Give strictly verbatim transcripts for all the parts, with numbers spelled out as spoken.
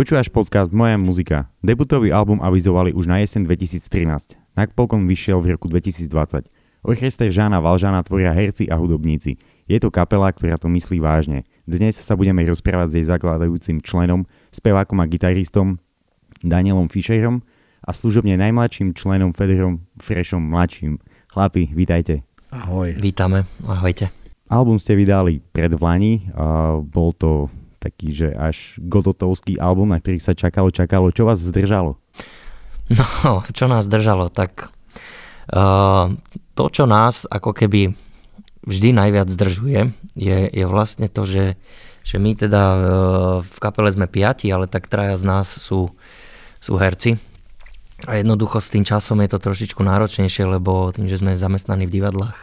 Počúvaš podcast Moja muzika. Debutový album avizovali už na jeseň dvetisíctrinásť. Napokon vyšiel v roku dvetisícdvadsať. Orchester Žána Valžána tvoria herci a hudobníci. Je to kapela, ktorá to myslí vážne. Dnes sa budeme rozprávať s jej zakladajúcim členom, spevákom a gitaristom Danielom Fischerom a služobne najmladším členom Federom Frešom mladším. Chlapi, vítajte. Ahoj. Vítame, ahojte. Album ste vydali pred Vlani, uh, bol to taký, že až godotovský album, na ktorý sa čakalo, čakalo. Čo vás zdržalo? No, čo nás zdržalo, tak uh, to, čo nás ako keby vždy najviac zdržuje, je, je vlastne to, že, že my teda uh, v kapele sme piati, ale tak traja z nás sú, sú herci. A jednoducho s tým časom je to trošičku náročnejšie, lebo tým, že sme zamestnaní v divadlách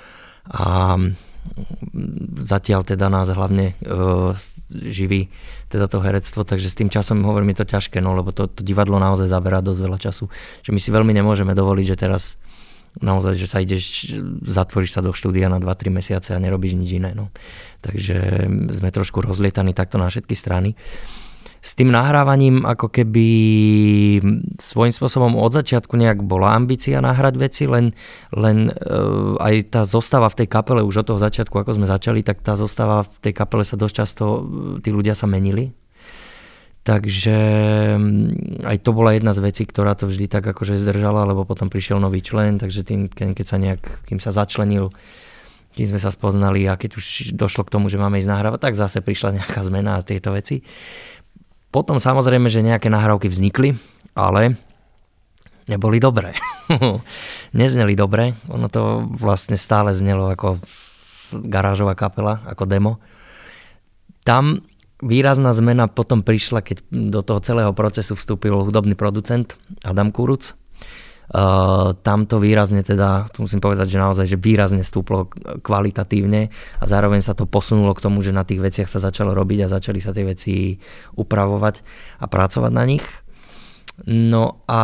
a zatiaľ teda nás hlavne uh, živí teda to herectvo, takže s tým časom hovorím, je to ťažké, no lebo to, to divadlo naozaj zaberá dosť veľa času, že my si veľmi nemôžeme dovoliť, že teraz naozaj, že sa ideš, zatvoríš sa do štúdia na dva tri mesiace a nerobíš nič iné, no. Takže sme trošku rozlietaní takto na všetky strany. S tým nahrávaním ako keby svojím spôsobom od začiatku nejak bola ambícia nahrať veci, len, len uh, aj tá zostava v tej kapele už od toho začiatku, ako sme začali, tak tá zostava v tej kapele sa dosť často, tí ľudia sa menili. Takže aj to bola jedna z vecí, ktorá to vždy tak akože zdržala, lebo potom prišiel nový člen, takže tým, keď sa nejak, kým sa začlenil, kým sme sa spoznali a keď už došlo k tomu, že máme ísť nahrávať, tak zase prišla nejaká zmena a tieto veci. Potom samozrejme, že nejaké nahrávky vznikli, ale neboli dobré. Nezneli dobre, ono to vlastne stále znelo ako garážová kapela, ako demo. Tam výrazná zmena potom prišla, keď do toho celého procesu vstúpil hudobný producent Adam Kuruc. Uh, tam to výrazne teda, tu musím povedať, že naozaj, že výrazne stúplo kvalitatívne a zároveň sa to posunulo k tomu, že na tých veciach sa začalo robiť a začali sa tie veci upravovať a pracovať na nich. No a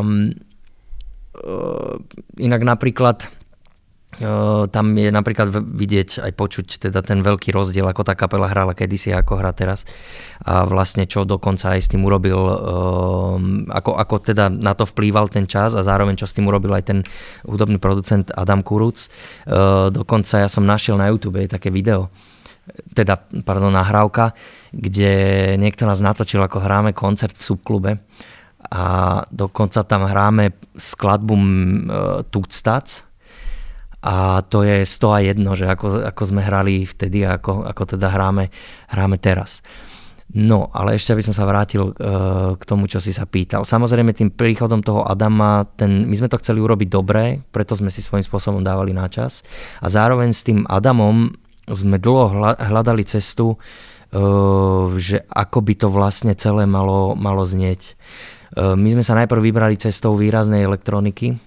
uh, inak napríklad Uh, tam je napríklad vidieť aj počuť teda ten veľký rozdiel, ako tá kapela hrala kedysi a ako hrá teraz a vlastne čo dokonca aj s tým urobil, uh, ako, ako teda na to vplýval ten čas a zároveň čo s tým urobil aj ten hudobný producent Adam Kuruc. Uh, dokonca ja som našiel na YouTube také video, teda, pardon, nahrávka, kde niekto nás natočil, ako hráme koncert v Subklube a dokonca tam hráme skladbu uh, Tuctac. A to je sto a jedno, že ako, ako sme hrali vtedy a ako, ako teda hráme, hráme teraz. No, ale ešte aby som sa vrátil uh, k tomu, čo si sa pýtal. Samozrejme tým príchodom toho Adama, ten, my sme to chceli urobiť dobre, preto sme si svojím spôsobom dávali na čas. A zároveň s tým Adamom sme dlho hľadali cestu, uh, že ako by to vlastne celé malo, malo znieť. Uh, my sme sa najprv vybrali cestou výraznej elektroniky,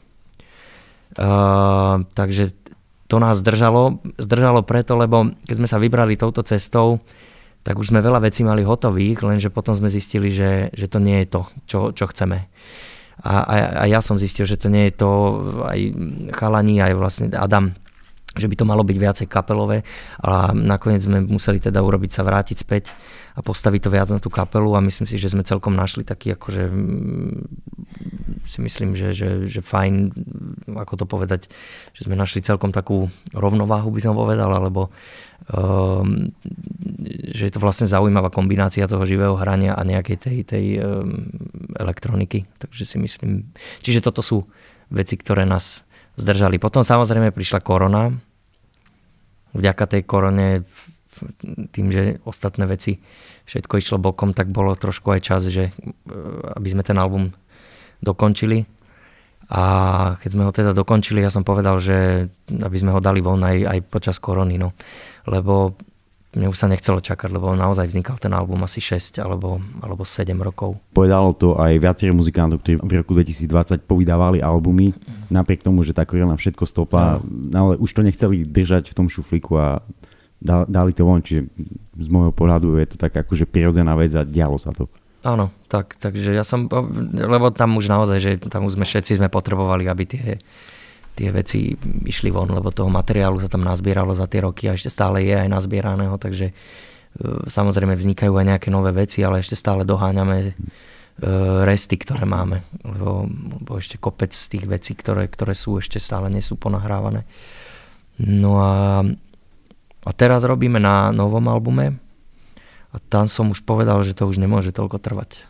Uh, takže to nás zdržalo. Zdržalo preto, lebo keď sme sa vybrali touto cestou, tak už sme veľa vecí mali hotových, lenže potom sme zistili, že, že to nie je to, čo, čo chceme. A, a, a ja som zistil, že to nie je to, aj chalani, aj vlastne Adam, že by to malo byť viacej kapelové, a nakoniec sme museli teda urobiť sa vrátiť späť a postaviť to viac na tú kapelu a myslím si, že sme celkom našli taký akože si myslím, že, že, že fajn, ako to povedať, že sme našli celkom takú rovnováhu, by som povedal, alebo um, že je to vlastne zaujímavá kombinácia toho živého hrania a nejakej tej, tej um, elektroniky, takže si myslím, čiže toto sú veci, ktoré nás zdržali. Potom samozrejme prišla korona. Vďaka tej korone, tým, že ostatné veci všetko išlo bokom, tak bolo trošku aj čas, že aby sme ten album dokončili. A keď sme ho teda dokončili, ja som povedal, že aby sme ho dali von aj, aj počas korony. No. Lebo mne už sa nechcelo čakať, lebo naozaj vznikal ten album asi šesť alebo, alebo sedem rokov. Povedalo to aj viacerých muzikantov, ktorí v roku dvetisícdvadsať povydávali albumy, napriek tomu, že tá korona všetko stopla, no. Ale už to nechceli držať v tom šuflíku a dali to von, čiže z môjho pohľadu je to tak akože prirodzená vec a dialo sa to. Áno, tak, takže ja som, lebo tam už naozaj, že tam už sme všetci sme potrebovali, aby tie, tie veci išli von, lebo toho materiálu sa tam nazbieralo za tie roky a ešte stále je aj nazbieraného, takže samozrejme vznikajú aj nejaké nové veci, ale ešte stále doháňame resty, ktoré máme. Lebo, lebo ešte kopec z tých vecí, ktoré, ktoré sú ešte stále nie sú ponahrávané. No a, a teraz robíme na novom albume a tam som už povedal, že to už nemôže toľko trvať.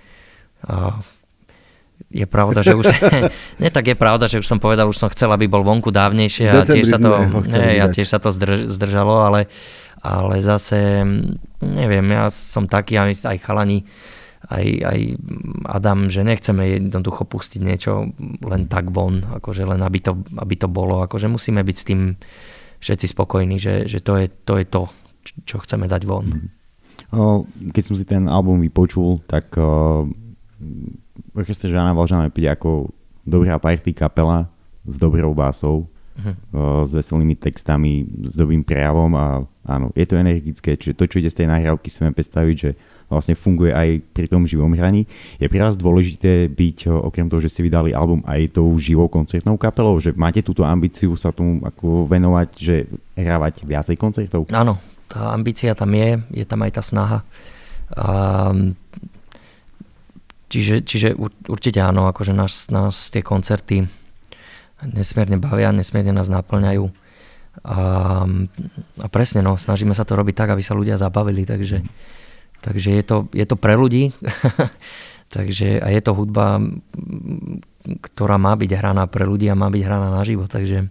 A je pravda, že už nie, tak je pravda, že už som povedal, už som chcel, aby bol vonku dávnejšie a tiež sa to, ne, ja tiež sa to zdrž, zdržalo, ale, ale zase neviem, ja som taký, aj chalani, aj, aj Adam, že nechceme jednoducho pustiť niečo len tak von, akože len aby to, aby to bolo, akože musíme byť s tým všetci spokojní, že, že to, je, to je to, čo chceme dať von. Keď som si ten album vypočul, tak orchester Žána Valžána príde ako dobrá party kapela s dobrou básou, uh-huh. s veselými textami, s dobrým prejavom a áno, je to energické, čiže to, čo ide z tej nahrávky, si viem predstaviť, že vlastne funguje aj pri tom živom hraní. Je pre vás dôležité byť, okrem toho, že ste vydali album, aj tou živou koncertnou kapelou, že máte túto ambíciu sa tomu ako venovať, že hrávať viacej koncertov? Áno, tá ambícia tam je, je tam aj tá snaha. Um, Čiže, čiže určite áno, akože nás, nás tie koncerty nesmierne bavia, nesmierne nás naplňajú. A, a presne, no, snažíme sa to robiť tak, aby sa ľudia zabavili, takže, takže je, to, je to pre ľudí. Takže, a je to hudba, ktorá má byť hraná pre ľudí a má byť hraná naživo, takže,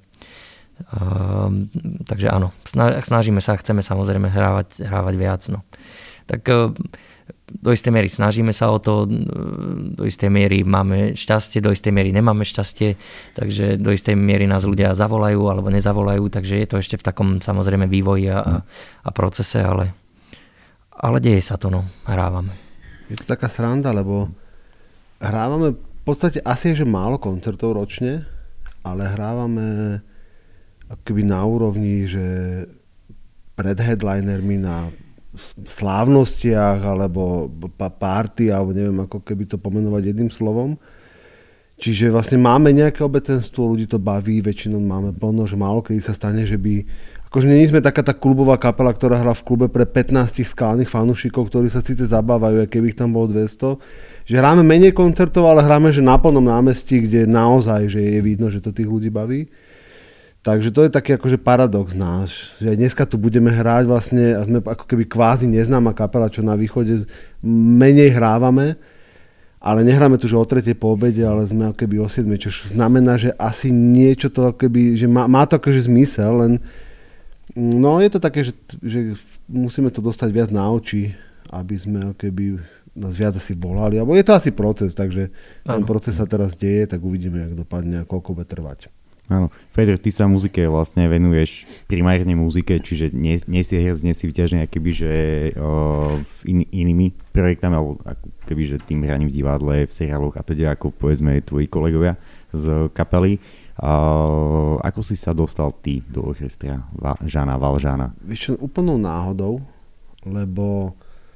a, takže áno, snažíme sa, chceme samozrejme hrávať, hrávať viac. No. Tak do istej miery snažíme sa o to, do istej miery máme šťastie, do istej miery nemáme šťastie, takže do istej miery nás ľudia zavolajú alebo nezavolajú, takže je to ešte v takom samozrejme vývoji a, a procese, ale, ale deje sa to, no, hrávame. Je to taká sranda, lebo hrávame v podstate asi že málo koncertov ročne, ale hrávame akoby na úrovni, že pred headlinermi na slávnostiach alebo party, alebo neviem, ako keby to pomenovať jedným slovom. Čiže vlastne máme nejaké obecenstvo, ľudí to baví, väčšinou máme plno, že málo kedy sa stane, že by... Akože nie sme taká tá klubová kapela, ktorá hrá v klube pre pätnásť skalných fanúšikov, ktorí sa síce zabávajú, a keby ich tam bolo dvesto. Že hráme menej koncertov, ale hráme že na plnom námestí, kde naozaj že je vidno, že to tých ľudí baví. Takže to je taký akože paradox náš, že dneska tu budeme hrať vlastne a sme ako keby kvázi neznáma kapela, čo na východe menej hrávame, ale nehráme tu že o tretej po obede, ale sme ako keby o siedmej, čo znamená, že asi niečo to ako keby, že má, má to akože zmysel, len no je to také, že, že musíme to dostať viac na oči, aby sme ako keby nás viac asi volali, alebo je to asi proces, takže ten proces sa teraz deje, tak uvidíme, jak dopadne a koľko bude trvať. Áno, Fedor, ty sa muzike vlastne venuješ primárne muzike, čiže nie, nie si herec, nie si vyťažený akoby, že o, in, inými projektami, alebo ako keby, že tým hraním v divadle, v seriáloch a teda, ako povedzme tvoji kolegovia z kapely. O, ako si sa dostal ty do orchestra Žána Valžána? Vieš čo, úplnou náhodou, lebo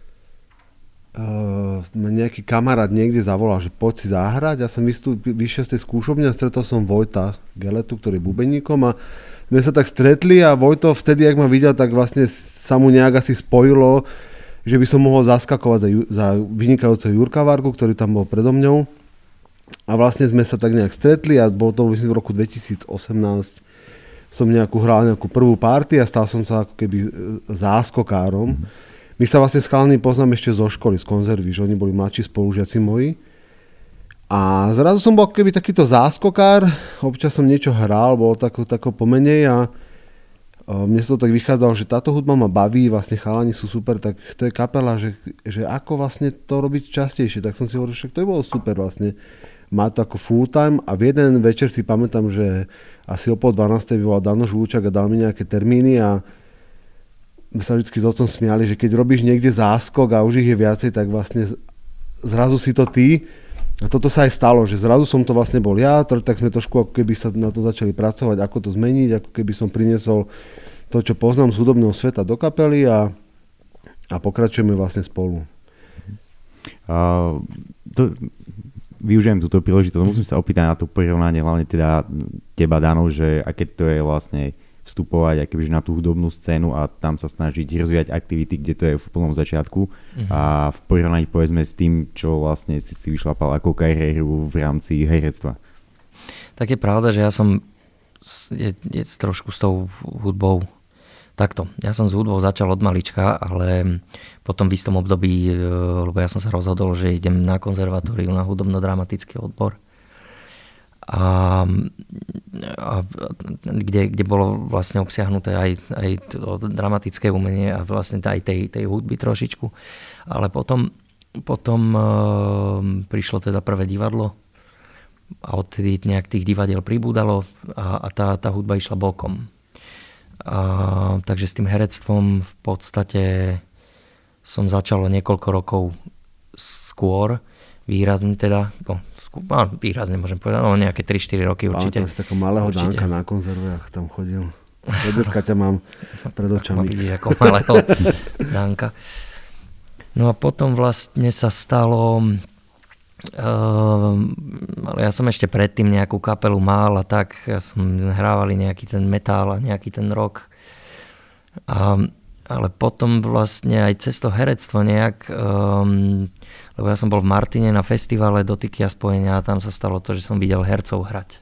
Uh, nejaký kamarát niekde zavolal, že poď si zahrať. Ja som vystúpil, vyšiel z tej skúšobne a stretol som Vojta Geletu, ktorý je bubeníkom a sme sa tak stretli a Vojto vtedy, ak ma videl, tak vlastne sa mu nejak asi spojilo, že by som mohol zaskakovať za, za vynikajúceho Jurka Vargu, ktorý tam bol predo mňou. A vlastne sme sa tak nejak stretli a bolo to myslím v roku dvetisícosemnásť som nejakú hral nejakú prvú party a stal som sa ako keby záskokárom. Mm. My sa vlastne s chalami poznáme ešte zo školy, z konzervy, že oni boli mladší spolužiaci moji. A zrazu som bol keby takýto záskokár, občas som niečo hral, bolo tako, tako pomenej a mne sa to tak vychádzalo, že táto hudba ma baví, vlastne chalani sú super, tak to je kapela, že, že ako vlastne to robiť častejšie. Tak som si hovoril, že to je bolo super vlastne. Má to ako full time a v jeden večer si pamätám, že asi o pol dvanástej volal Dano Žúčak a dal mi nejaké termíny a my sa vždy s otcom smiali, že keď robíš niekde záskok a už ich je viacej, tak vlastne zrazu si to ty. A toto sa aj stalo, že zrazu som to vlastne bol ja, tak sme trošku ako keby sa na to začali pracovať, ako to zmeniť, ako keby som priniesol to, čo poznám z hudobného sveta do kapely a, a pokračujeme vlastne spolu. Uh, to, využijem túto príležitosť, musím sa opýtať na to porovnanie, hlavne teda teba, Dano, že aké to je vlastne vstupovať aj kebyže na tú hudobnú scénu a tam sa snažiť rozvíjať aktivity, kde to je v plnom začiatku mm-hmm. a v porovnaní povedzme s tým, čo vlastne si si vyšlapal ako kariéru v rámci herectva. Tak je pravda, že ja som je, je trošku s tou hudbou takto. Ja som s hudbou začal od malička, ale potom v istom období, lebo ja som sa rozhodol, že idem na konzervatóriu, na hudobno-dramatický odbor. A, a kde, kde bolo vlastne obsiahnuté aj, aj to dramatické umenie a vlastne aj tej, tej hudby trošičku. Ale potom, potom e, prišlo teda prvé divadlo a odtedy nejak tých divadiel pribúdalo a, a tá, tá hudba išla bokom. A, takže s tým herectvom v podstate som začal niekoľko rokov skôr, výrazne teda, no, no, výrazne môžem povedať, no nejaké tri štyri roky určite. Pamätám si takého malého určite. Danka na konzervách tam chodil. Dneska ťa mám pred očami. Vidí ako malého Danka. No a potom vlastne sa stalo, uh, ale ja som ešte predtým nejakú kapelu mal a tak, ja som hrávali nejaký ten metal a nejaký ten rock. A, ale potom vlastne aj cez to herectvo nejak, um, lebo ja som bol v Martine na festivale Dotyky a spojenia a tam sa stalo to, že som videl hercov hrať.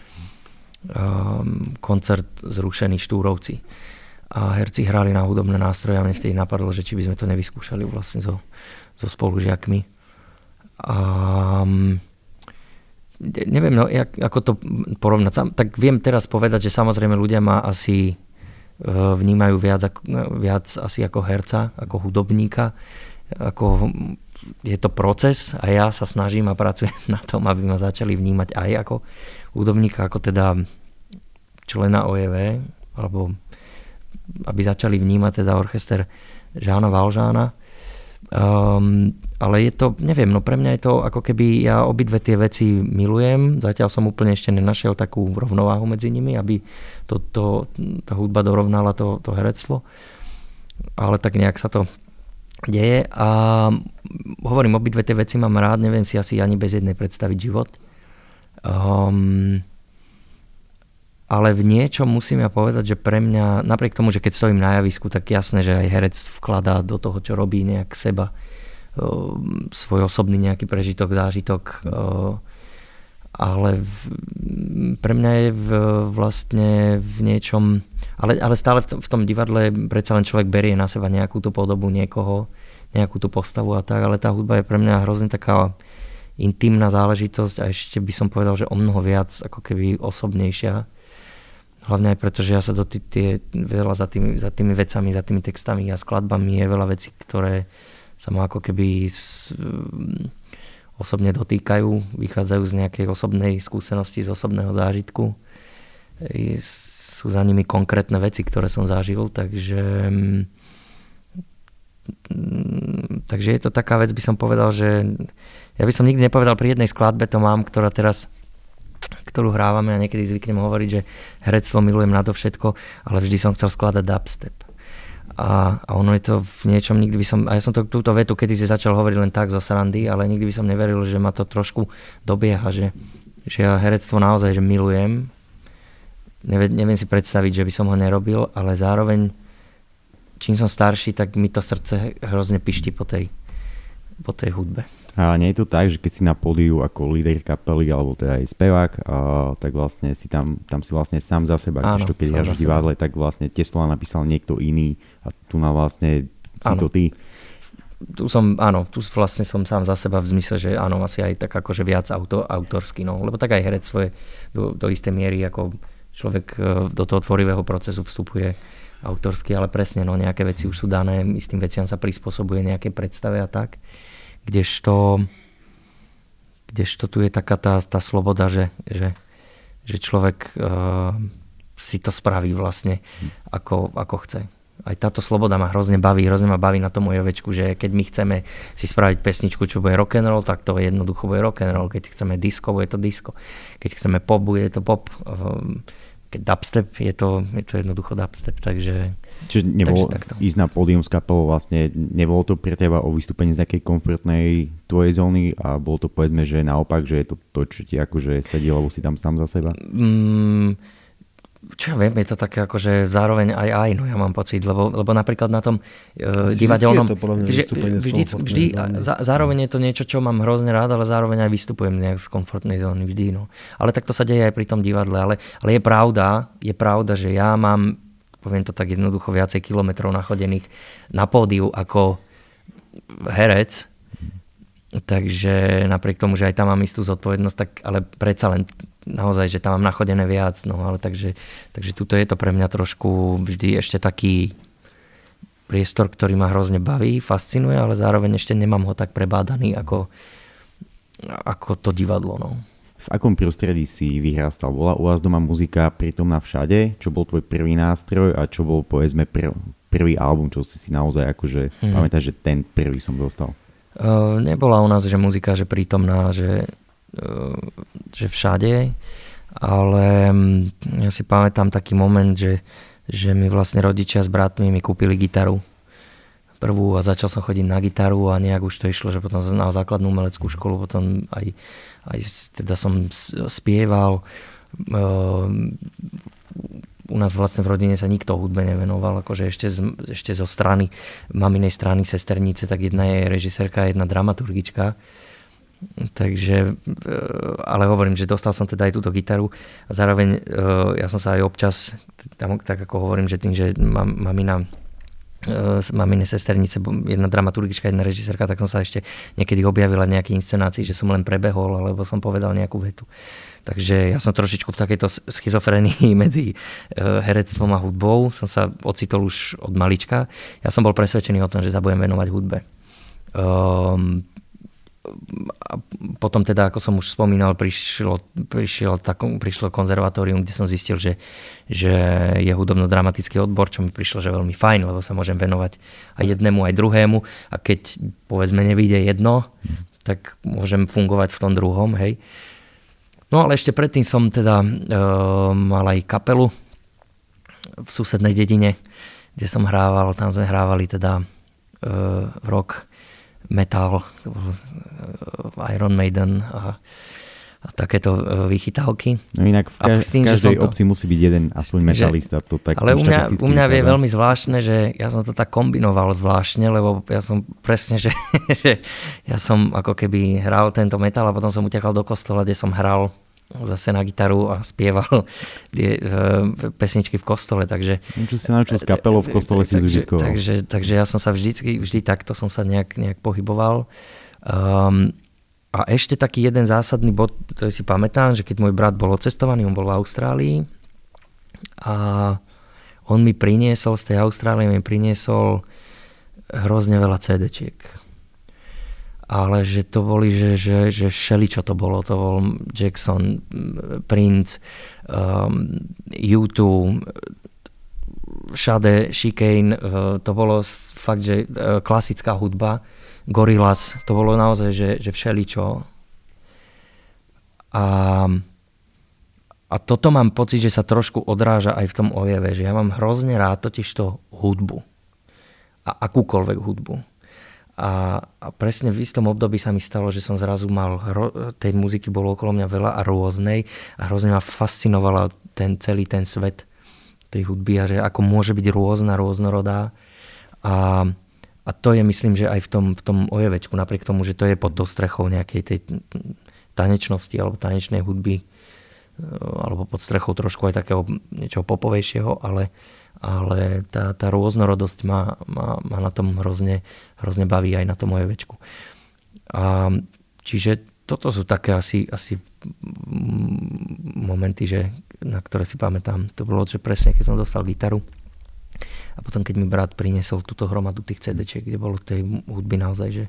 Um, koncert zrušený Štúrovci. A herci hrali na hudobné nástroje a mne vtedy napadlo, že či by sme to nevyskúšali vlastne so, so spolužiakmi. A, um, neviem, no, jak, ako to porovnať. Tak viem teraz povedať, že samozrejme ľudia ma asi vnímajú viac, viac asi ako herca, ako hudobníka. Ako, je to proces a ja sa snažím a pracujem na tom, aby ma začali vnímať aj ako hudobníka, ako teda člena ó é vé, alebo aby začali vnímať teda orchester Žána Valžána. Um, ale je to, neviem, no pre mňa je to ako keby ja obidve tie veci milujem. Zatiaľ som úplne ešte nenašiel takú rovnováhu medzi nimi, aby to, to, tá hudba dorovnala to, to herectvo. Ale tak nejak sa to deje a hovorím, obidve tie veci mám rád, neviem si asi ani bez jednej predstaviť život. Um, ale v niečom musím ja povedať, že pre mňa, napriek tomu, že keď stojím na javisku, tak jasné, že aj herec vkladá do toho, čo robí, nejak seba, um, svoj osobný nejaký prežitok, zážitok. Um, ale v, pre mňa je v, vlastne v niečom, ale, ale stále v tom, v tom divadle predsa len človek berie na seba nejakú tú podobu niekoho, nejakú tú postavu a tak, ale tá hudba je pre mňa hrozne taká intimná záležitosť a ešte by som povedal, že o mnoho viac ako keby osobnejšia. Hlavne aj preto, že ja sa do tý, tie, veľa za tými, za tými vecami, za tými textami a skladbami je veľa vecí, ktoré sa ma ako keby s, osobne dotýkajú, vychádzajú z nejakej osobnej skúsenosti, z osobného zážitku. I sú za nimi konkrétne veci, ktoré som zažil, takže takže je to taká vec, by som povedal, že ja by som nikdy nepovedal pri jednej skladbe, to mám, ktorá teraz ktorú hrávame a niekedy zvyknem hovoriť, že herectvo milujem nadovšetko, ale vždy som chcel skladať dubstep. A, a ono je to v niečom, nikdy by som, a ja som to, túto vetu kedy si začal hovoriť len tak zo srandy, ale nikdy by som neveril, že ma to trošku dobieha, že, že ja herectvo naozaj že milujem. Neviem, neviem si predstaviť, že by som ho nerobil, ale zároveň čím som starší, tak mi to srdce hrozne pišti po tej, po tej hudbe. A nie je to tak, že keď si na pódiu ako líder kapely alebo teda aj spevák, a, tak vlastne si tam, tam si vlastne sám za seba. Áno, keď hráš v divadle, tak vlastne tie slova napísal niekto iný a tu na vlastne si áno. to ty. Tu som, áno, tu vlastne som sám za seba v zmysle, že áno, asi aj tak akože viac auto, autorský, no, lebo tak aj herectvo je do, do istej miery, ako človek do toho tvorivého procesu vstupuje autorsky, ale presne, no, nejaké veci už sú dané, istým veciam sa prispôsobuje nejaké predstave a tak. Kdežto, kdežto tu je taká tá, tá sloboda, že, že, že človek uh, si to spraví vlastne ako, ako chce. Aj táto sloboda ma hrozne baví, hrozne ma baví na tom ojovečku, že keď my chceme si spraviť pesničku, čo bude rock'n'roll, tak to jednoducho bude rock'n'roll. Keď chceme disco, bude to disco. Keď chceme pop, bude to pop. Keď dubstep, je to, je to jednoducho dubstep, takže... Čiže nebolo ísť na pódium s kapelou, vlastne nebolo to pre teba o vystúpení z nejakej komfortnej tvojej zóny a bolo to povedzme, že naopak, že je to to, čo ti akože sedí, lebo si tam sám za seba? Mm, čo ja viem, je to také akože zároveň aj aj, no ja mám pocit, lebo, lebo napríklad na tom uh, divadelnom... Vždy, vždy, vždy zá, zároveň je to niečo, čo mám hrozne rád, ale zároveň aj vystupujem nejak z komfortnej zóny vždy, no. Ale tak to sa deje aj pri tom divadle, ale, ale je pravda, je pravda, že ja mám, poviem to tak jednoducho, viacej kilometrov nachodených na pódiu ako herec, takže napriek tomu, že aj tam mám istú zodpovednosť, tak ale predsa len naozaj, že tam mám nachodené viac, no ale takže, takže tuto je to pre mňa trošku vždy ešte taký priestor, ktorý ma hrozne baví, fascinuje, ale zároveň ešte nemám ho tak prebádaný ako, ako to divadlo, no. V akom prostredí si vyrástal? Bola u vás doma muzika prítomná všade? Čo bol tvoj prvý nástroj a čo bol, povedzme, prv, prvý album, čo si si naozaj akože hmm. pamätáš, že ten prvý som dostal? Uh, nebola u nás, že muzika, že prítomná, že že všade, ale ja si pamätám taký moment, že, že mi vlastne rodičia s bratmi mi kúpili gitaru prvú a začal som chodiť na gitaru a nejak už to išlo, že potom som na základnú umeleckú školu, potom aj, aj teda som spieval. U nás vlastne v rodine sa nikto hudbe nevenoval, akože ešte, z, ešte zo strany maminej strany sesternice, tak jedna je režisérka, jedna dramaturgička. Takže, ale hovorím, že dostal som teda aj túto gitaru a zároveň ja som sa aj občas, tam, tak ako hovorím, že tým, že mam, mamina, mamine sesternice, jedna dramaturgička, jedna režisérka, tak som sa ešte niekedy objavila v nejakej inscenácii, že som len prebehol, alebo som povedal nejakú vetu. Takže ja som trošičku v takejto schizofrenii medzi herectvom a hudbou, som sa ocitol už od malička. Ja som bol presvedčený o tom, že sa budem venovať hudbe. Um, A potom teda, ako som už spomínal, prišlo, prišlo, takom, prišlo konzervatórium, kde som zistil, že, že je hudobno-dramatický odbor, čo mi prišlo, že veľmi fajn, lebo sa môžem venovať aj jednému, aj druhému. A keď, povedzme, nevyjde jedno, tak môžem fungovať v tom druhom, hej. No ale ešte predtým som teda e, mal aj kapelu v susednej dedine, kde som hrával, tam sme hrávali teda e, rock, metal, Iron Maiden a, a takéto vychytávky. No inak v, kaž- tým, v každej to, obci musí byť jeden aspoň metalista. To tak ale u mňa, u mňa je veľmi zvláštne, že ja som to tak kombinoval zvláštne, lebo ja som presne, že, že ja som ako keby hral tento metal a potom som utekal do kostola, kde som hral zase na gitaru a spieval tie pesničky v kostole, takže... Čo si naučil s kapelou v kostole si zužitkoval. Takže, takže ja som sa vždy, vždy takto som sa nejak, nejak pohyboval. Um, a ešte taký jeden zásadný bod, ktorý si pamätám, že keď môj brat bol odcestovaný, on bol v Austrálii a on mi priniesol, z tej Austrálie mi priniesol hrozne veľa cédečiek. Ale že to boli, že, že, že všeličo to bolo. To bol Jackson, Prince, um, U dva, Sade, Chicane, uh, to bolo fakt, že uh, klasická hudba, Gorillaz, to bolo naozaj, že, že všeličo. A, a toto mám pocit, že sa trošku odráža aj v tom Ojeve, že ja mám hrozne rád totižto hudbu. A akúkoľvek hudbu. A, a presne v istom období sa mi stalo, že som zrazu mal, hro, tej muziky bolo okolo mňa veľa a rôznej a hrozne ma fascinovala ten celý ten svet tej hudby a že ako môže byť rôzna, rôznorodá. A, a to je, myslím, že aj v tom, v tom Ojevečku, napriek tomu, že to je pod tou strechou nejakej tej tanečnosti alebo tanečnej hudby, alebo pod strechou trošku aj takého niečoho popovejšieho, ale ale tá, tá rôznorodosť ma, ma, ma na tom hrozne, hrozne baví aj na tom Ojevečku. A čiže toto sú také asi, asi momenty, že, na ktoré si pamätám. To bolo, že presne, keď som dostal gitaru a potom, keď mi brat priniesol túto hromadu tých cédečiek, kde bolo tej hudby naozaj, že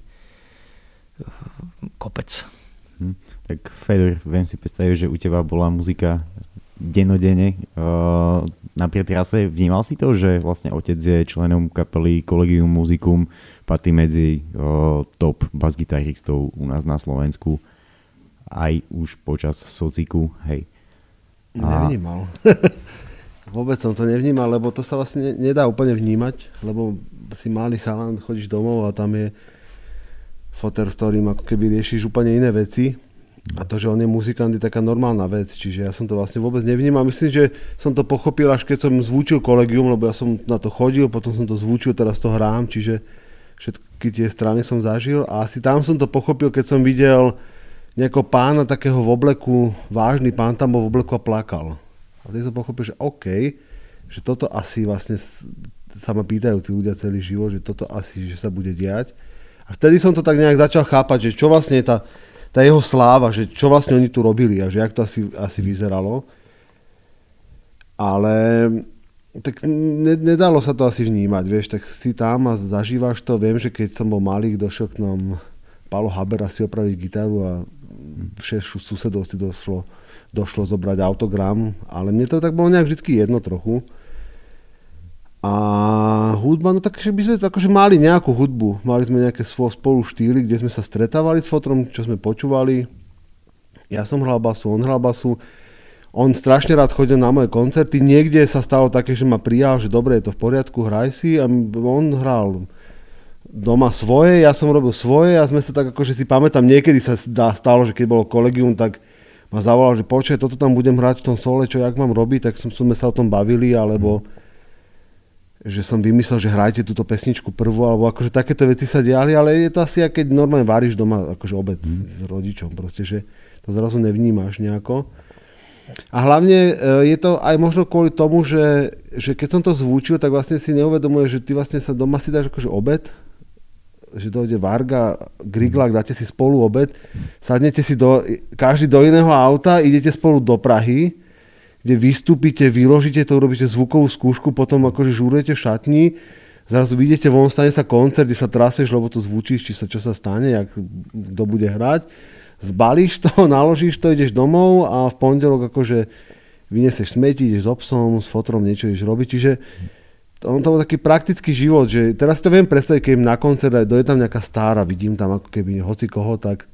kopec. Hm. Tak Fedor, viem si predstaviť, že u teba bola muzika denodene uh, na trase. Vnímal si to, že vlastne otec je členom kapely Collegium Musicum, patrí medzi uh, top basgitaristov u nás na Slovensku aj už počas sociku, hej. A... Nevnímal. Vôbec som to nevnímal, lebo to sa vlastne nedá úplne vnímať, lebo si malý chalan, chodíš domov a tam je foter, s ktorým ako keby riešiš úplne iné veci. A to, že on je muzikant, je taká normálna vec, čiže ja som to vlastne vôbec nevnímal. Myslím, že som to pochopil, až keď som zvučil Collegium, lebo ja som na to chodil, potom som to zvučil, teraz to hrám, čiže všetky tie strany som zažil a asi tam som to pochopil, keď som videl nejakého pána takého v obleku, vážny pán tam bol v obleku a plakal. A teď som pochopil, že OK, že toto asi vlastne sa ma pýtajú tí ľudia celý život, že toto asi že sa bude diať. A vtedy som to tak nejak začal chápať, že čo vlastne je tá tá jeho sláva, že čo vlastne oni tu robili a že jak to asi, asi vyzeralo. Ale tak ne, nedalo sa to asi vnímať, vieš, tak si tam a zažívaš to. Viem, že keď som bol malý, došiel k nám Paolo Haber si opraviť gitaru a šesť susedov si došlo, došlo zobrať autogram, ale mne to tak bolo nejak vždycky jedno trochu. A hudba, no tak by sme akože mali nejakú hudbu. Mali sme nejaké spolu štýly, kde sme sa stretávali s fotrom, čo sme počúvali. Ja som hral basu, on hral basu. On strašne rád chodil na moje koncerty. Niekde sa stalo také, že ma prijal, že dobre, je to v poriadku, hraj si. A on hral doma svoje, ja som robil svoje a sme sa tak akože si pamätám, niekedy sa stalo, že keď bolo Collegium, tak ma zavolal, že počkaj, toto tam budem hrať v tom sole, čo jak mám robiť, tak som, sme sa o tom bavili, alebo že som vymyslel, že hrajte túto pesničku prvú, alebo akože takéto veci sa diali, ale je to asi, keď normálne varíš doma akože obed mm. s, s rodičom, proste, že to zrazu nevnímaš nejako. A hlavne je to aj možno kvôli tomu, že, že keď som to zvúčil, tak vlastne si neuvedomuješ, že ty vlastne sa doma si dáš akože obed, že dojde Varga, Griglák, dáte si spolu obed, sadnete si do, každý do iného auta, idete spolu do Prahy, kde vystúpite, vyložíte to, urobíte zvukovú skúšku, potom akože žúrujete v šatni, zrazu vidíte von, stane sa koncert, kde sa traseš, lebo to zvučíš, či sa čo sa stane, jak kto bude hrať. Zbalíš to, naložíš to, ideš domov a v pondelok akože vyniesieš smeti, ideš s obsom, s fotrom, niečo ideš robiť. Čiže on to bol taký praktický život, že teraz si to viem predstaviť, keď im na koncert aj dojde tam nejaká stára, vidím tam ako keby hoci koho, tak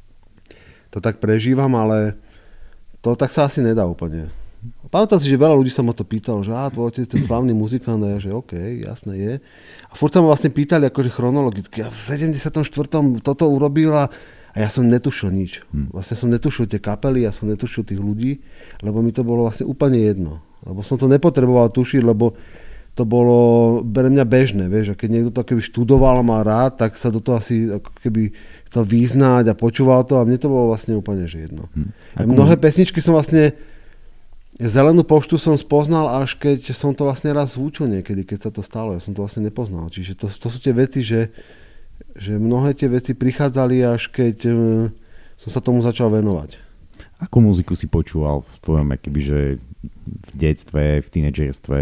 to tak prežívam, ale to tak sa asi nedá úplne. Pamätám si, že veľa ľudí sa ma to pýtalo, že á, tvoj otec je slavný muzikant, a ja, že OK, jasné je. A furt sa ma vlastne pýtali akože chronologicky, a v sedemdesiatom štvrtom toto urobila a ja som netušil nič. Vlastne som netušil tie kapely, ja som netušil tých ľudí, lebo mi to bolo vlastne úplne jedno. Lebo som to nepotreboval tušiť, lebo to bolo pre mňa bežné, vieš, a keď niekto to keby študoval a mal rád, tak sa do toho asi ako keby chcel vyznať a počúval to a mne to bolo vlastne úplne že jedno. Hm. A mnohé pesničky som vlastne Zelenú poštu som spoznal, až keď som to vlastne raz zvučil niekedy, keď sa to stalo. Ja som to vlastne nepoznal. Čiže to, to sú tie veci, že, že mnohé tie veci prichádzali, až keď um, som sa tomu začal venovať. Akú muziku si počúval v tvojom, akobyže v detstve, v tínedžerstve?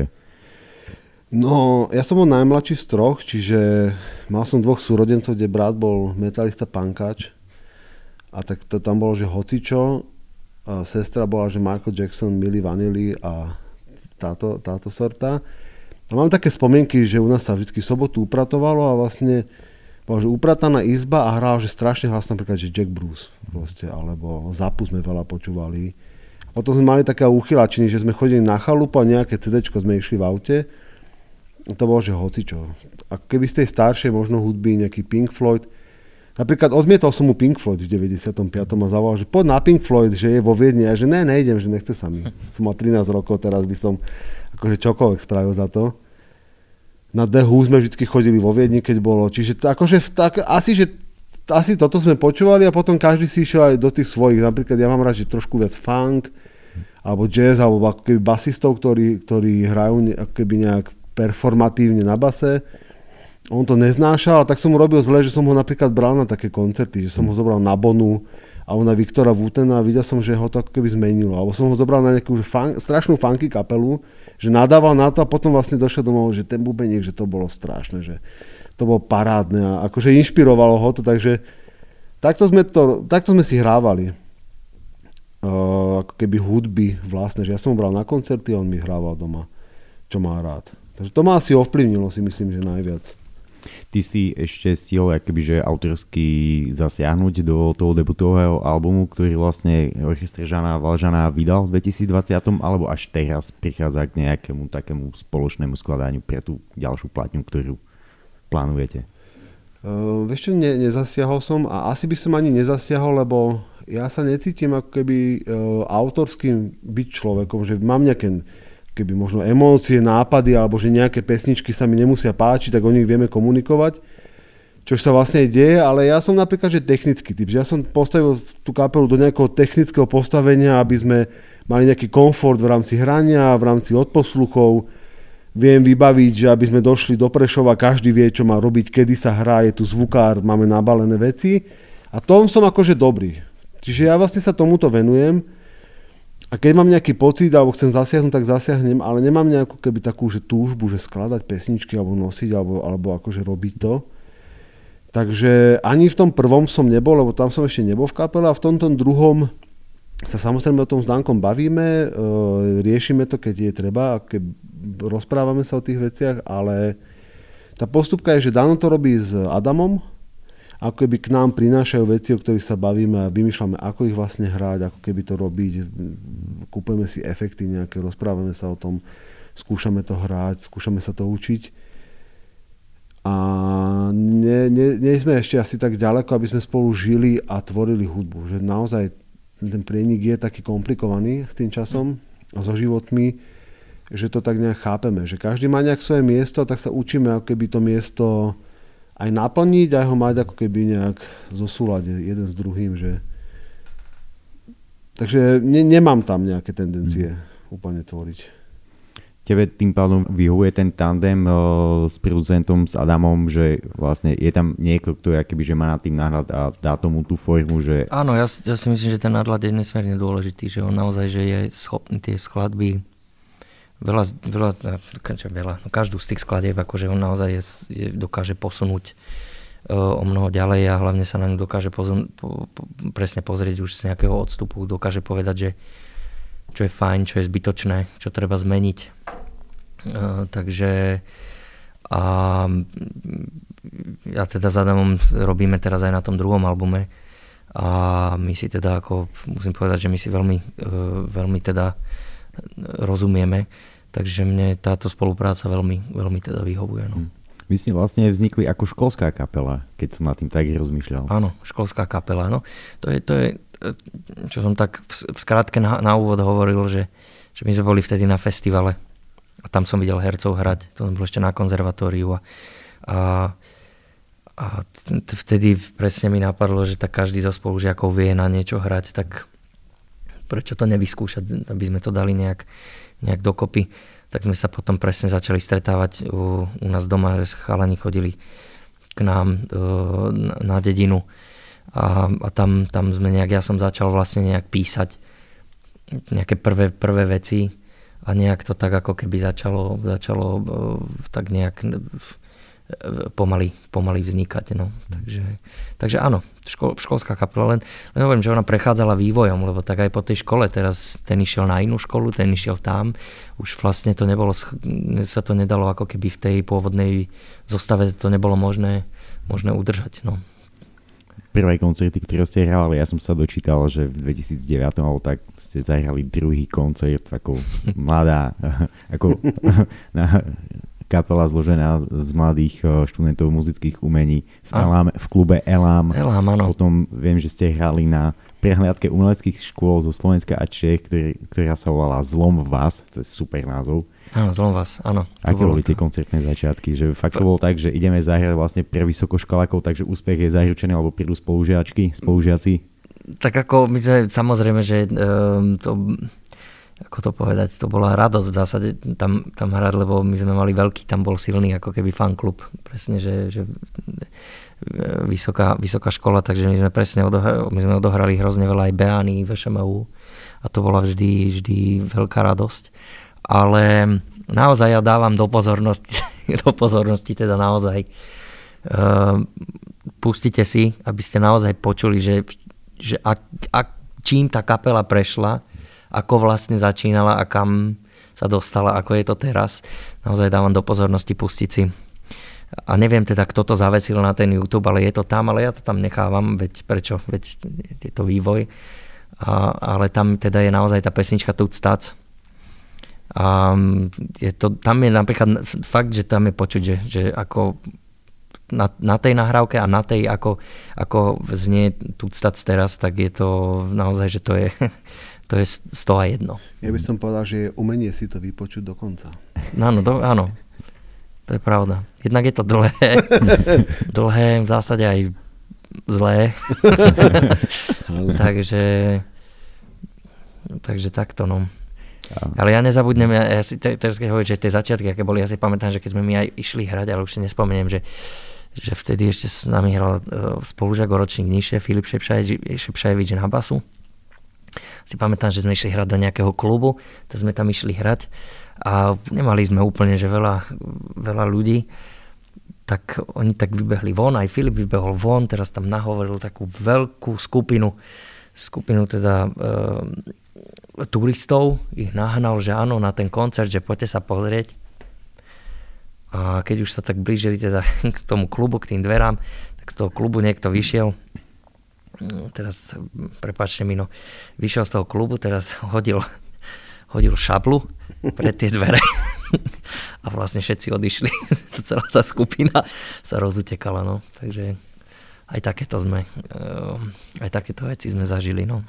No, ja som bol najmladší z troch, čiže mal som dvoch súrodencov, kde brat bol metalista, punkáč. A tak to, tam bolo, že hocičo. A sestra bola, že Michael Jackson, Milli Vanilli a táto, táto sorta. A mám také spomienky, že u nás sa vždy sobotu upratovalo a vlastne bola, že uprataná izba a hral, že strašne hlasno, napríklad, že Jack Bruce, proste, alebo Zapu sme veľa počúvali. A potom sme mali také uchylačiny, že sme chodili na chalupu a nejaké cédéčko sme išli v aute. A to bolo, že hocičo. A keby z tej staršej možno hudby, nejaký Pink Floyd. Napríklad odmietol som mu Pink Floyd v deväťdesiatom piatom a zavolal, že poď na Pink Floyd, že je vo Viedni a že ne, nejdem, že nechce sa mi. Som mal trinásť rokov, teraz by som akože čokoľvek spravil za to. Na The Who sme vždy chodili vo Viedni, keď bolo. Čiže akože tak, asi, že asi toto sme počúvali a potom každý si išiel aj do tých svojich. Napríklad ja mám rád, že trošku viac funk, alebo jazz, alebo ako keby basistov, ktorí, ktorí hrajú ako keby nejak performatívne na base. On to neznášal, tak som mu robil zle, že som ho napríklad bral na také koncerty, že som ho zobral na Bonu a na Viktora Wutena a videl som, že ho to ako keby zmenilo. Alebo som ho zobral na nejakú fun, strašnú funky kapelu, že nadával na to a potom vlastne došiel domov, že ten bubeník, že to bolo strašné, že to bolo parádne a akože inšpirovalo ho to, takže takto sme, to, takto sme si hrávali. Uh, ako keby hudby vlastne, že ja som ho bral na koncerty a on mi hrával doma, čo má rád. Takže to ma asi ovplyvnilo, si myslím, že najviac. Ty si ešte stihol akobyže autorsky zasiahnuť do toho debutového albumu, ktorý vlastne orchester Žána Valžana vydal v dvetisícdvadsať, alebo až teraz prichádza k nejakému takému spoločnému skladaniu pre tú ďalšiu platňu, ktorú plánujete? Uh, vieš čo, ne, nezasiahol som a asi by som ani nezasiahol, lebo Ja sa necítim ako keby uh, autorským byť človekom, že mám nejaké keby možno emócie, nápady, alebo že nejaké pesničky sa mi nemusia páčiť, tak o nich vieme komunikovať, čo sa vlastne deje, ale ja som napríklad že technický typ, že ja som postavil tú kapelu do nejakého technického postavenia, aby sme mali nejaký komfort v rámci hrania, v rámci odposluchov. Viem vybaviť, že aby sme došli do Prešova, každý vie, čo má robiť, kedy sa hrá, je tu zvukár, máme nabalené veci a tom som akože dobrý. Čiže ja vlastne sa tomuto venujem. A keď mám nejaký pocit, alebo chcem zasiahnuť, tak zasiahnem, ale nemám nejakú keby takú že túžbu, že skladať pesničky, alebo nosiť, alebo, alebo akože robiť to. Takže ani v tom prvom som nebol, lebo tam som ešte nebol v kapele, a v tomto druhom sa samozrejme o tom s Dankom bavíme, e, riešime to, keď je treba, keď rozprávame sa o tých veciach, ale tá postupka je, že Dano to robí s Adamom, ako keby k nám prinášajú veci, o ktorých sa bavíme a vymýšľame, ako ich vlastne hrať, ako keby to robiť, kúpujeme si efekty nejaké, rozprávame sa o tom, skúšame to hrať, skúšame sa to učiť. A nie, nie, nie sme ešte asi tak ďaleko, aby sme spolu žili a tvorili hudbu. Že naozaj ten prienik je taký komplikovaný s tým časom a so životmi, že to tak nejak chápeme. Že každý má nejak svoje miesto, tak sa učíme, ako keby to miesto aj naplniť, aj ho mať ako keby nejak zosúľadiť jeden s druhým, že... Takže ne, nemám tam nejaké tendencie hmm. úplne tvoriť. Tebe tým pádom vyhovuje ten tandem uh, s producentom, s Adamom, že vlastne je tam niekto, kto je akoby, že má nad tým náhľad a dá tomu tú formu, že... Áno, ja, ja si myslím, že ten nadhľad je nesmierne dôležitý, že on naozaj že je schopný tie skladby Veľa, veľa, veľa, no každú z tých skladieb, akože on naozaj je, je, dokáže posunúť uh, o mnoho ďalej a hlavne sa na ňu dokáže pozun, po, po, presne pozrieť už z nejakého odstupu, dokáže povedať, že čo je fajn, čo je zbytočné, čo treba zmeniť. Uh, takže a ja teda s Adamom robíme teraz aj na tom druhom albume a my si teda ako, musím povedať, že my si veľmi, uh, veľmi teda rozumieme, takže mne táto spolupráca veľmi, veľmi teda vyhovuje. No. Vy ste vlastne vznikli ako školská kapela, keď som nad tým tak rozmýšľal. Áno, školská kapela. No. To je, to je, čo som tak v skrátke na, na úvod hovoril, že, že my sme boli vtedy na festivale a tam som videl hercov hrať, to som bol ešte na konzervatóriu a, a, a vtedy presne mi napadlo, že tak každý zo spolužiakov vie na niečo hrať, tak prečo to nevyskúšať, aby sme to dali nejak, nejak dokopy. Tak sme sa potom presne začali stretávať u, u nás doma, že chalani chodili k nám uh, na, na dedinu a, a tam, tam sme nejak, ja som začal vlastne nejak písať nejaké prvé, prvé veci a nejak to tak ako keby začalo, začalo uh, tak nejak pomaly, pomaly vznikať. No. Takže, takže áno, škol, školská kapela, len, len hovorím, že ona prechádzala vývojom, lebo tak aj po tej škole teraz ten išiel na inú školu, ten išiel tam, už vlastne to nebolo, sa to nedalo ako keby v tej pôvodnej zostave to nebolo možné, možné udržať. No. Prvé koncerty, ktoré ste hrali, ja som sa dočítal, že v dvetisícdeväť alebo tak ste zahrali druhý koncert ako mladá, ako na kapela zložená z mladých študentov muzických umení v, Elám, v klube Elám. Elám, áno. Potom viem, že ste hrali na prehliadke umeleckých škôl zo Slovenska a Čech, ktorý, ktorá sa volala Zlom v vás, to je super názov. Áno, Zlom v vás, áno. Aké boli tie koncertné začiatky? Že fakt to bolo tak, že ideme zahrať vlastne pre vysokoškolákov, takže úspech je zaručený, alebo prídu spolužiačky, spolužiaci? Tak ako my sme, samozrejme, že um, to... ako to povedať, to bola radosť v zásade tam, tam hrať, lebo my sme mali veľký, tam bol silný ako keby fanklub, presne, že, že vysoká, vysoká škola, takže my sme presne odohrali, my sme odohrali hrozne veľa aj Beány, vé š em ú a to bola vždy, vždy veľká radosť, ale naozaj ja dávam do pozornosti, do pozornosti teda naozaj uh, pustite si, aby ste naozaj počuli, že, že ak, ak, čím tá kapela prešla, ako vlastne začínala a kam sa dostala, ako je to teraz. Naozaj dávam do pozornosti pustiť si. A neviem teda, kto to zavesil na ten YouTube, ale je to tam, ale ja to tam nechávam, veď prečo, veď je to vývoj. A, ale tam teda je naozaj tá pesnička Tuc Tac. A je to, tam je napríklad fakt, že tam je počuť, že, že ako na, na tej nahrávke a na tej, ako, ako znie Tuctac teraz, tak je to naozaj, že to je, to je sto a jedno. Ja by som povedal, že je umenie si to vypočuť do konca. Áno, do, áno. To je pravda. Jednak je to dlhé, dlhé, v zásade aj zlé. takže, takže takto, no. Ale ja nezabudnem, ja, ja si teraz keď hovorím, že tie začiatky, aké boli, ja si pamätám, že keď sme my aj išli hrať, ale už si nespomeniem, že, že vtedy ešte s nami hral spolužiak o ročník nižšie, Filip Šepšajevič na basu. Si pamätám, že sme išli hrať do nejakého klubu, tak sme tam išli hrať a nemali sme úplne, že veľa, veľa ľudí, tak oni tak vybehli von, aj Filip vybehol von, teraz tam nahovoril takú veľkú skupinu, skupinu teda e, turistov, ich nahnal, že áno, na ten koncert, že poďte sa pozrieť. A keď už sa tak blížili teda k tomu klubu, k tým dverám, tak z toho klubu niekto vyšiel. Teraz, prepáčte mi, no, vyšiel z toho klubu, teraz hodil, hodil šablu pred tie dvere a vlastne všetci odišli. Celá tá skupina sa rozutekala, no. Takže aj takéto sme, aj takéto veci sme zažili, no.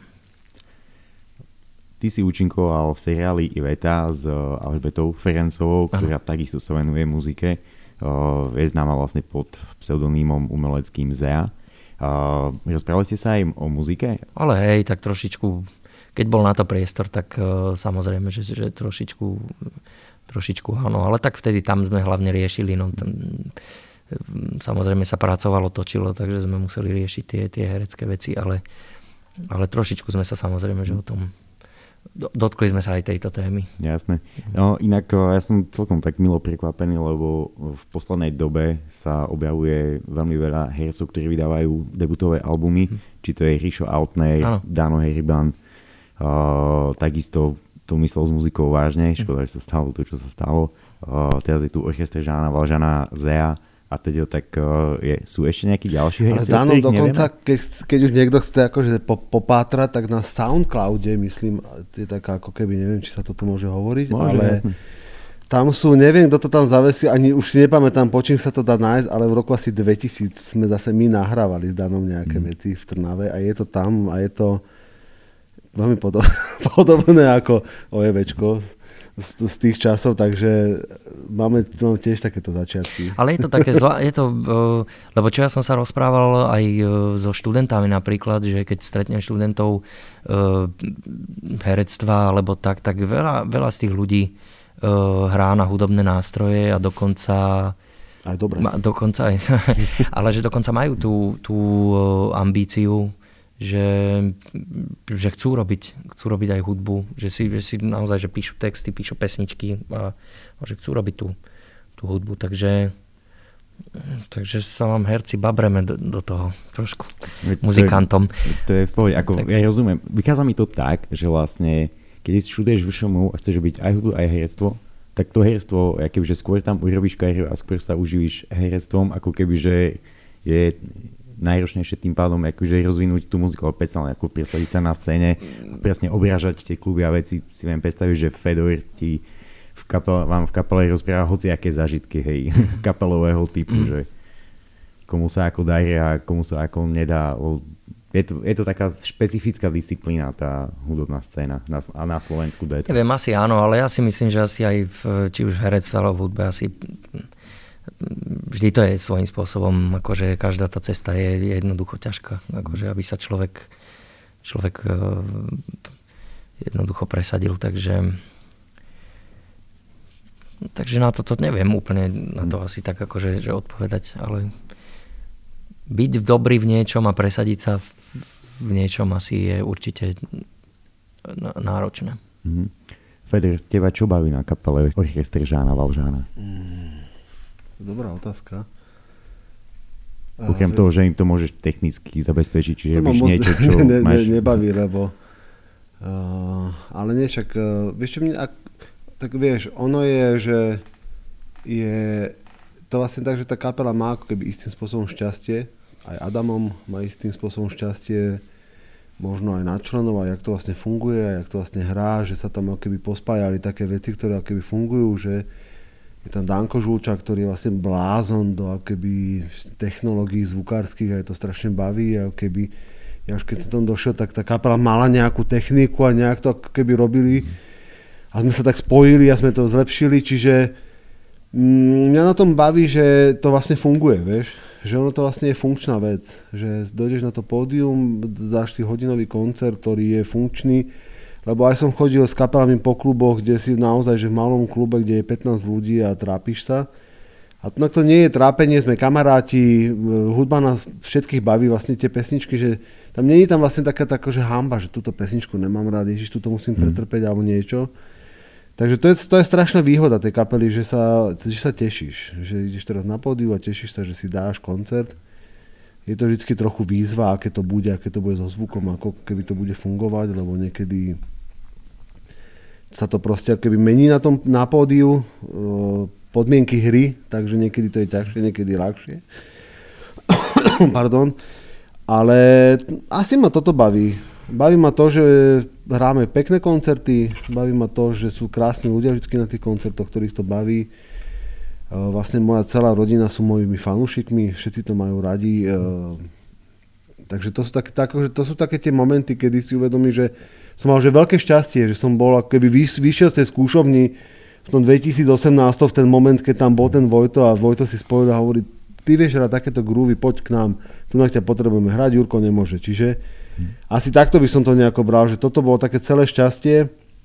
Ty si účinkoval v seriáli Iveta s Alžbetou Ferencovou, ktorá Aha. takisto sa venuje muzike. Je známa vlastne pod pseudonymom umeleckým Zea. Rozprávali ste sa aj o muzike? Ale hej, tak trošičku, keď bol na to priestor, tak samozrejme, že, že trošičku, trošičku áno. Ale tak vtedy tam sme hlavne riešili, no tam, samozrejme sa pracovalo, točilo, takže sme museli riešiť tie, tie herecké veci, ale, ale trošičku sme sa samozrejme, že o tom dotkli sme sa aj tejto témy. Jasné. No, inak ja som celkom tak milo prekvapený, lebo v poslednej dobe sa objavuje veľmi veľa hercov, ktorí vydávajú debutové albumy, hm. či to je Rišo Altner, ano. Dano Heriban, uh, takisto to myslel s muzikou vážne, škoda, hm. že sa stalo to, čo sa stalo. Uh, teraz je tu orchester Žána Valžana, Zea, a teda tak uh, je, sú ešte nejakí ďalší herci, ale Dano dokonca, keď, keď už niekto chce akože po, popátrať, tak na Soundcloude, myslím, je taká ako keby, neviem, či sa to tu môže hovoriť, môže, ale jasne. Tam sú, neviem, kto to tam zavesil, ani už si nepamätám, po čím sa to dá nájsť, ale v roku asi dvetisíc sme zase my nahrávali s Danom nejaké mm. veci v Trnave a je to tam a je to veľmi podobné, podobné ako OEVčko. Z, z tých časov, takže máme, máme tiež takéto začiatky. Ale je to také zla, je to, lebo čo ja som sa rozprával aj so študentami napríklad, že keď stretnem študentov herectva alebo tak, tak veľa, veľa z tých ľudí hrá na hudobné nástroje a dokonca aj dobre. Dokonca aj, ale že dokonca majú tú, tú ambíciu, že, že chcú robiť, chcú robiť aj hudbu, že si, že si naozaj, že píšu texty, píšu pesničky a, a že chcú robiť tú, tú hudbu, takže takže sa vám herci babreme do, do toho trošku to muzikantom. Je, to je v pohode, ako tak. Ja rozumiem. Vychádza mi to tak, že vlastne keď študuješ vé š em ú a chceš byť aj hudbu, aj herectvo, tak to herectvo, kebyže skôr tam urobíš kariéru a skôr sa uživíš herectvom, ako keby, že je najročnejšie tým pádom akože rozvinúť tú muziku, ale predsa len ako presadiť sa na scéne, presne obrážať tie kluby a veci. Si viem predstaviť, že Fedor ti v kapele, vám v kapele rozpráva hociaké zážitky, hej, kapelového typu, mm. že komu sa ako darí a komu sa ako nedá. Je to, je to taká špecifická disciplína, tá hudobná scéna na, a na Slovensku. Neviem, asi áno, ale ja si myslím, že asi aj v, či už herectve alebo v hudbe asi vždy to je svojím spôsobom, akože každá tá cesta je, je jednoducho ťažká, akože aby sa človek, človek jednoducho presadil, takže takže na toto neviem úplne na to asi tak akože že odpovedať, ale byť dobrý v niečom a presadiť sa v, v niečom asi je určite náročné. Mm-hmm. Feder, teba čo baví na kapele orchester Žána Valžána? Mm. Dobrá otázka. Okrem toho, že im to môžeš technicky zabezpečiť, čiže robíš niečo, čo ne, máš... Ne, nebaví, lebo... Uh, ale nie, však... Uh, vieš čo, mňa, ak, tak vieš, ono je, že je to vlastne tak, že tá kapela má ako keby istým spôsobom šťastie. Aj Adamom má istým spôsobom šťastie, možno aj na členov, a jak to vlastne funguje, a jak to vlastne hrá, že sa tam ako keby pospájali také veci, ktoré ako keby fungujú, že je tam Danko Žulčák, ktorý je vlastne blázon do akoby technológií zvukárskych a je to strašne baví a keby ja už keď som tam došiel, tak tá kapela mala nejakú techniku a nejak to ako keby robili a sme sa tak spojili a sme to zlepšili, čiže mm, mňa na tom baví, že to vlastne funguje, vieš, že ono to vlastne je funkčná vec, že dojdeš na to pódium, dáš si hodinový koncert, ktorý je funkčný. Lebo aj som chodil s kapelami po kluboch, kde si naozaj, že v malom klube, kde je pätnásť ľudí a trápiš sa. A to, to nie je trápenie, sme kamaráti, hudba nás všetkých baví, vlastne tie pesničky, že tam nie je tam vlastne taká, taká že hanba, že túto pesničku nemám rád, ježiš, túto musím pretrpeť alebo niečo. Takže to je, to je strašná výhoda tej kapely, že sa, že sa tešíš, že ideš teraz na pódiu a tešíš sa, že si dáš koncert. Je to vždy trochu výzva, aké to bude, aké to bude so zvukom, ako keby to bude fungovať, lebo niekedy sa to proste keby mení na tom na pódiu, podmienky hry, takže niekedy to je ťažšie, niekedy ľahšie. Pardon. Ale asi ma toto baví. Baví ma to, že hráme pekné koncerty, baví ma to, že sú krásni ľudia vždy na tých koncertoch, ktorých to baví. Vlastne moja celá rodina sú mojimi fanúšikmi, všetci to majú radi. Takže to sú také, to sú také tie momenty, kedy si uvedomí, že som mal že veľké šťastie, že som bol ako keby vyšiel z tej skúšovni v tom dvetisícosemnásť v ten moment, keď tam bol ten Vojto a Vojto si spojil a hovorí, ty vieš hrať takéto groovy, poď k nám, tu na ťa potrebujeme hrať, Jurko nemôže. Čiže hmm. asi takto by som to nejako bral, že toto bolo také celé šťastie.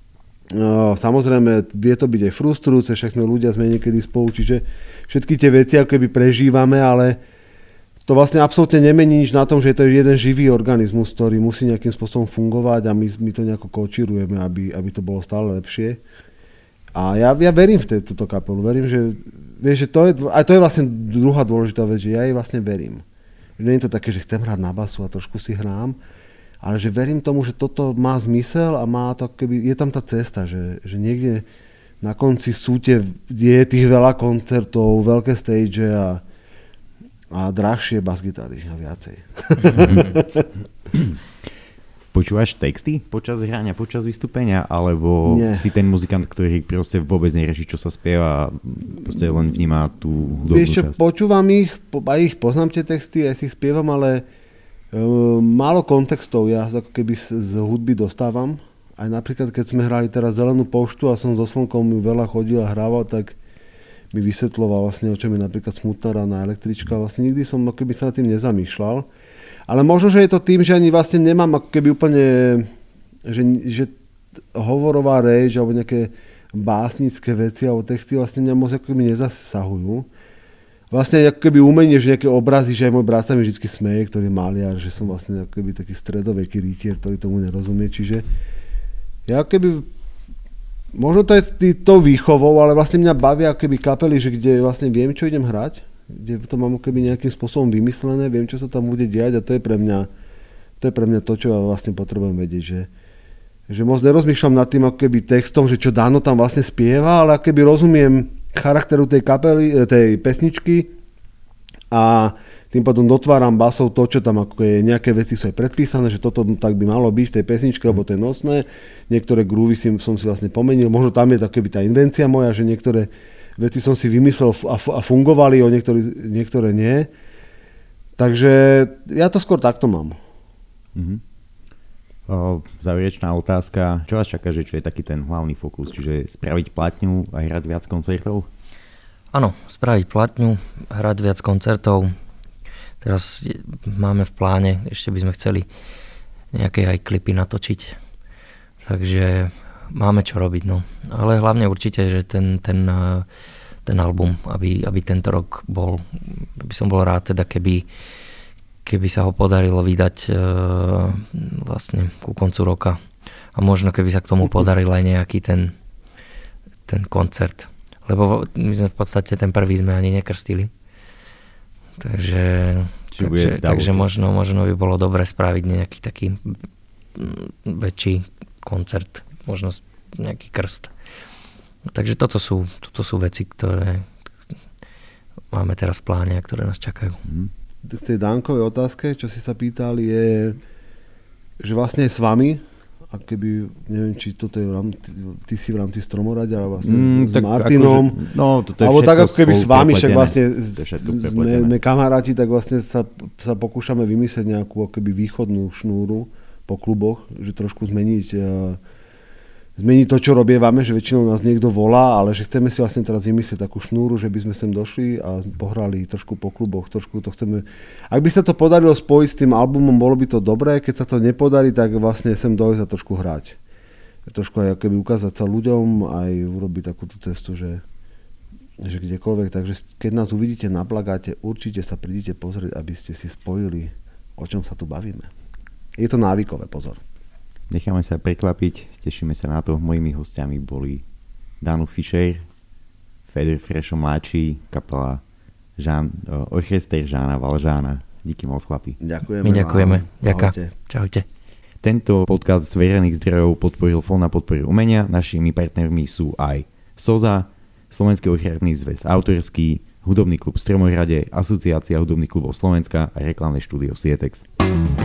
Samozrejme, vie to byť aj frustrujúce, však sme ľudia, sme niekedy spolu, čiže všetky tie veci ako keby prežívame, ale to vlastne absolútne nemení nič na tom, že je to jeden živý organizmus, ktorý musí nejakým spôsobom fungovať a my, my to nejako kočírujeme, aby, aby to bolo stále lepšie. A ja, ja verím v tej, túto kapelu, verím, že, vieš, že to je, aj to je vlastne druhá dôležitá vec, že ja jej vlastne verím. Že nie je to také, že chcem hrať na basu a trošku si hrám, ale že verím tomu, že toto má zmysel a má to, keby, je tam tá cesta, že, že niekde na konci súte je tých veľa koncertov, veľké stage a a drahšie basgitary a viacej. Počúvaš texty počas hrania, počas vystúpenia, alebo Nie. si ten muzikant, ktorý proste vôbec nerieši, čo sa spieva a proste len vníma tú hudobnú Vieš čo, časť? Počúvam ich, aj ich poznám tie texty, aj si ich spievam, ale uh, málo kontextov ja ako keby z, z hudby dostávam. Aj napríklad, keď sme hrali teraz Zelenú poštu a som so Slnkom mi veľa chodil a hrával, tak mi vysvetľoval vlastne, o čom je napríklad Smutná rána električka. Vlastne nikdy som ako keby sa nad tým nezamýšľal. Ale možno, že je to tým, že ani vlastne nemám ako keby úplne, že, že hovorová reč alebo nejaké básnické veci alebo texty vlastne mňa moc ako keby nezasahujú. Vlastne ako keby umenie, že nejaké obrazy, že aj môj brat sa mi vždy smeje, ktorý je maliar, že som vlastne ako keby taký stredoveký rytier, ktorý tomu nerozumie. Čiže ja ako keby možno to je tou výchovou, ale vlastne mňa bavia keby kapely, že kde vlastne viem, čo idem hrať, kde to mám keby nejakým spôsobom vymyslené, viem, čo sa tam bude diať a to je pre mňa to, je pre mňa to čo ja vlastne potrebujem vedieť, že, že moc nerozmýšľam nad tým ako keby textom, že čo Dano tam vlastne spieva, ale ako keby rozumiem charakteru tej kapely, tej pesničky a tým potom dotváram basov to, čo tam ako je, nejaké veci sú aj predpísané, že toto tak by malo byť v tej pesničke, lebo to je nosné. Niektoré groovy si, som si vlastne pomenil, možno tam je tak keby tá invencia moja, že niektoré veci som si vymyslel a, a fungovali, o niektoré, niektoré nie. Takže ja to skôr takto mám. Mm-hmm. O, záverečná otázka, čo vás čaká, že čo je taký ten hlavný fokus, čiže spraviť platňu a hrať viac koncertov? Áno, spraviť platňu, hrať viac koncertov. Teraz máme v pláne, ešte by sme chceli nejaké aj klipy natočiť. Takže máme čo robiť, no. Ale hlavne určite, že ten, ten, ten album, aby, aby tento rok bol, by som bol rád teda, keby, keby sa ho podarilo vydať e, vlastne ku koncu roka. A možno keby sa k tomu podaril aj nejaký ten, ten koncert. Lebo my sme v podstate ten prvý sme ani nekrstili. Takže, takže, takže možno, možno by bolo dobre spraviť nejaký taký väčší koncert, možno nejaký krst. Takže toto sú, toto sú veci, ktoré máme teraz v pláne a ktoré nás čakajú. V tej Dankovej otázke, čo si sa pýtal, je, že vlastne s vami a keby, neviem, či toto je v rámci, ty si v rámci Stromorade, ale vlastne mm, s Martinom, akože, no, toto je alebo tak ako keby s vami, však vlastne sme, sme kamaráti, tak vlastne sa, sa pokúšame vymyslieť nejakú keby východnú šnúru po kluboch, že trošku zmeniť zmeniť to, čo robievame, že väčšinou nás niekto volá, ale že chceme si vlastne teraz vymyslieť takú šnúru, že by sme sem došli a pohrali trošku po kluboch, trošku to chceme. Ak by sa to podarilo spojiť s tým albumom, bolo by to dobré, keď sa to nepodarí, tak vlastne sem dojsť a trošku hrať. Trošku aj keby ukázať sa ľuďom, aj urobiť takú tú cestu, že, že kdekoľvek. Takže keď nás uvidíte na plagáte, určite sa prídite pozrieť, aby ste si spojili, o čom sa tu bavíme. Je to návykové, pozor. Necháme sa prekvapiť, tešíme sa na to. Mojimi hostiami boli Danu Fischer, Feder Frešo mladší, kapela Žán, orchester Žána Valžána. Díky moc, chlapi. Ďakujeme. My ďakujeme. Ďakujem. Čaute. Tento podcast z verejných zdrojov podporil Fond na podporu umenia. Našimi partnermi sú aj SOZA, Slovenský ochranný zväz autorský, Hudobný klub Stromorade, Asociácia hudobných klubov Slovenska a reklamné štúdio Sietex.